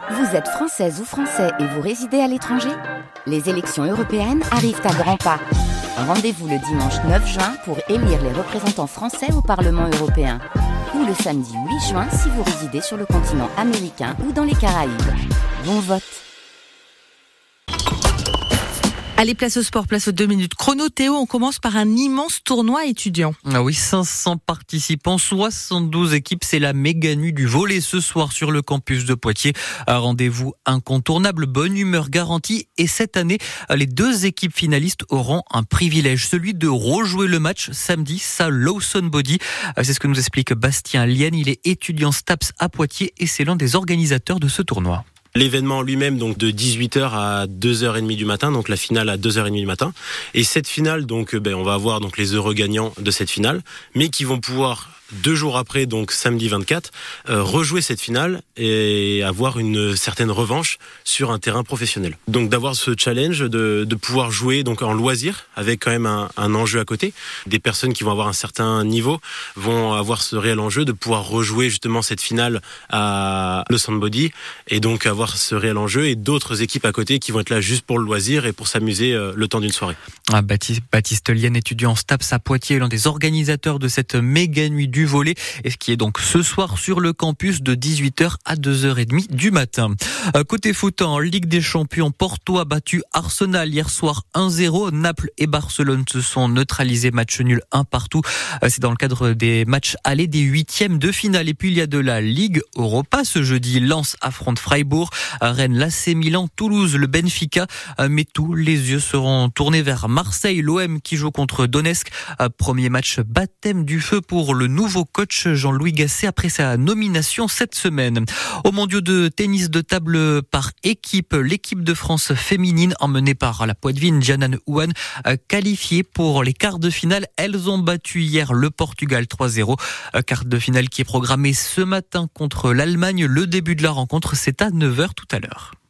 Vous êtes française ou français et vous résidez à l'étranger ? Les élections européennes arrivent à grands pas. Rendez-vous le dimanche 9 juin pour élire les représentants français au Parlement européen. Ou le samedi 8 juin si vous résidez sur le continent américain ou dans les Caraïbes. Bon vote. Allez, place au sport, place aux 2 minutes. Chrono, Théo, on commence par un immense tournoi étudiant. Ah oui, 500 participants, 72 équipes. C'est la méga nuit du volley ce soir sur le campus de Poitiers. Un rendez-vous incontournable, bonne humeur garantie. Et cette année, les 2 équipes finalistes auront un privilège, celui de rejouer le match samedi, ça Lawson Body. C'est ce que nous explique Bastien Lienne. Il est étudiant STAPS à Poitiers et c'est l'un des organisateurs de ce tournoi. L'événement lui-même, donc de 18h à 2h30 du matin, donc la finale à 2h30 du matin. Et cette finale, donc, on va avoir donc les heureux gagnants de cette finale, mais qui vont pouvoir 2 jours après, donc samedi 24, rejouer cette finale et avoir une certaine revanche sur un terrain professionnel. Donc d'avoir ce challenge de pouvoir jouer donc en loisir avec quand même un enjeu à côté. Des personnes qui vont avoir un certain niveau vont avoir ce réel enjeu de pouvoir rejouer justement cette finale à Lawson Body et donc avoir ce réel enjeu et d'autres équipes à côté qui vont être là juste pour le loisir et pour s'amuser le temps d'une soirée. Baptiste Lienne, étudiant en STAPS à Poitiers, l'un des organisateurs de cette méga nuit du volley, et ce qui est donc ce soir sur le campus de 18h à 2h30 du matin. Côté foot, en Ligue des Champions, Porto a battu Arsenal hier soir 1-0. Naples et Barcelone se sont neutralisés, match nul 1 partout. C'est dans le cadre des matchs allés des 8e de finale. Et puis il y a de la Ligue Europa ce jeudi. Lens affronte Freiburg, Rennes, l'AC Milan, Toulouse, le Benfica. Mais tous les yeux seront tournés vers Marseille, l'OM qui joue contre Donetsk. Premier match baptême du feu pour le nouveau coach Jean-Louis Gasset après sa nomination cette semaine. Au mondiaux de tennis de table par équipe, l'équipe de France féminine emmenée par la Poitevine Jianan Huan qualifiée pour les quarts de finale. Elles ont battu hier le Portugal 3-0. Quart de finale qui est programmée ce matin contre l'Allemagne. Le début de la rencontre, c'est à 9h tout à l'heure.